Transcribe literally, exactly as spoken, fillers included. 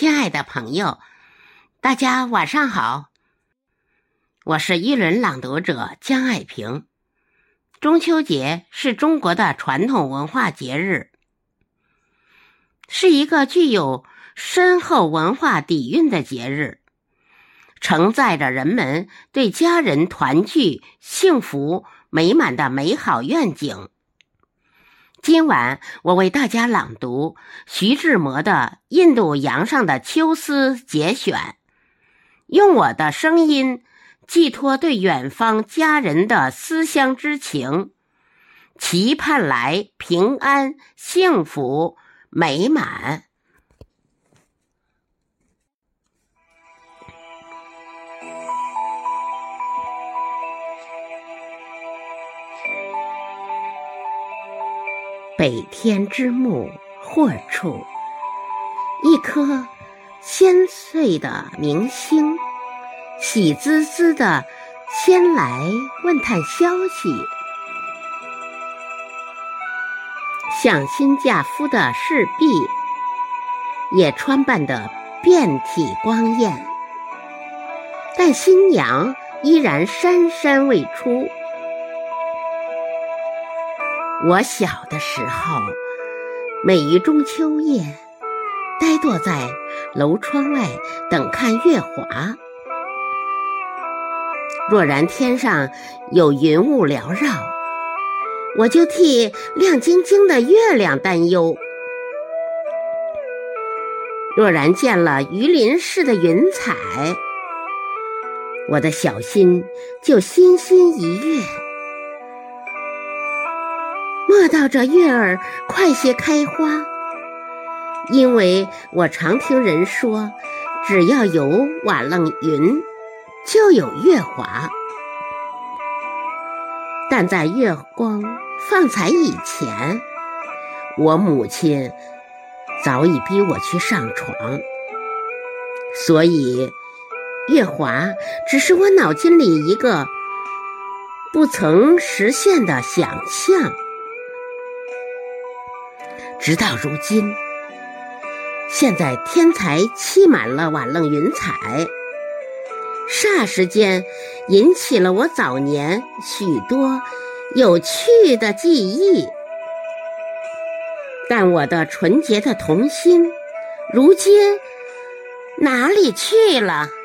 亲爱的朋友，大家晚上好，我是一轮朗读者江爱萍。中秋节是中国的传统文化节日，是一个具有深厚文化底蕴的节日，承载着人们对家人团聚、幸福美满的美好愿景。今晚我为大家朗读徐志摩的《印度洋上的秋思》节选，用我的声音寄托对远方家人的思乡之情，期盼来平安、幸福、美满。北天之幕或处，一颗鲜碎的明星，喜滋滋地先来问探消息。像新嫁夫的侍婢，也穿扮得遍体光艳，但新娘依然姗姗未出。我小的时候，每于中秋夜，呆坐在楼窗外等看月华。若然天上有云雾缭绕，我就替亮晶晶的月亮担忧。若然见了鱼鳞似的云彩，我的小心就心心一跃。莫道这月儿快些开花，因为我常听人说，只要有瓦楞云，就有月华。但在月光放彩以前，我母亲早已逼我去上床，所以月华只是我脑筋里一个不曾实现的想象。直到如今，现在天才漆满了瓦楞云彩，霎时间引起了我早年许多有趣的记忆。但我的纯洁的童心，如今哪里去了？